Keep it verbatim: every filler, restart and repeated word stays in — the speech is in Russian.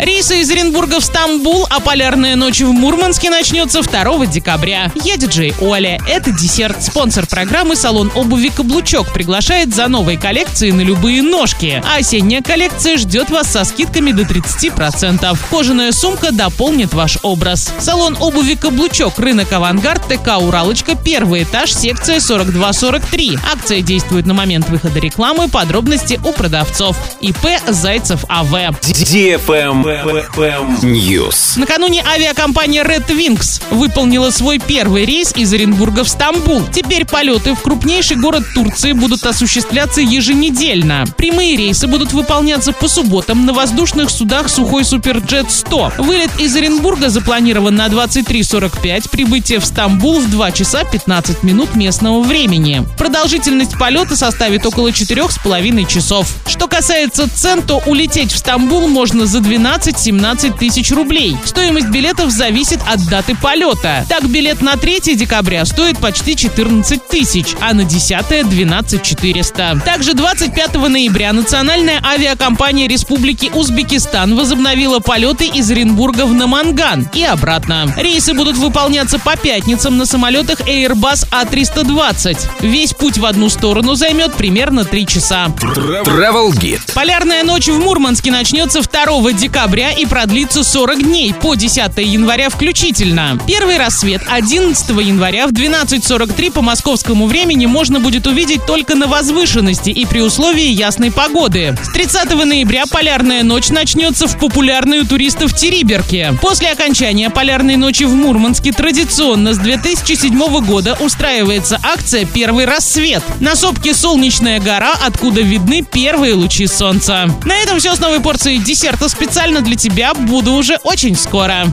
Рейсы из Оренбурга в Стамбул, а полярная ночь в Мурманске начнется второго декабря. Я диджей Оля. Это десерт. Спонсор программы салон обуви «Каблучок» приглашает за новой коллекцией на любые ножки. А осенняя коллекция ждет вас со скидками до тридцати процентов. Кожаная сумка дополнит ваш образ. Салон обуви «Каблучок», рынок «Авангард», ТК «Уралочка», первый этаж, секция сорок два сорок три. Акция действует на момент выхода рекламы. Подробности у продавцов. ИП Зайцев АВ. News. Накануне авиакомпания Red Wings выполнила свой первый рейс из Оренбурга в Стамбул. Теперь полеты в крупнейший город Турции будут осуществляться еженедельно. Прямые рейсы будут выполняться по субботам на воздушных судах «Сухой Суперджет сто». Вылет из Оренбурга запланирован на двадцать три сорок пять, прибытие в Стамбул в два часа пятнадцать минут местного времени. Продолжительность полета составит около четырех с половиной часов. Что касается цен, то улететь в Стамбул можно за двенадцать-семнадцать тысяч рублей. Стоимость билетов зависит от даты полета. Так, билет на третье декабря стоит почти четырнадцать тысяч, а на десятое – двенадцать четыреста. Также двадцать пятого ноября национальная авиакомпания Республики Узбекистан возобновила полеты из Оренбурга в Наманган и обратно. Рейсы будут выполняться по пятницам на самолетах Airbus А триста двадцать. Весь путь в одну сторону займет примерно три часа. Travel Guide. Полярная ночь в Мурманске начнется второго декабря и продлится сорок дней, по десятое января включительно. Первый рассвет одиннадцатого января в двенадцать сорок три по московскому времени можно будет увидеть только на возвышенности и при условии ясной погоды. С тридцатого ноября полярная ночь начнется в популярной у туристов Териберке. После окончания полярной ночи в Мурманске традиционно с две тысячи седьмого года устраивается акция «Первый рассвет». На сопке Солнечная гора, откуда видны первые лучи солнца. На этом все с новой порцией десерта специально для тебя. Буду уже очень скоро.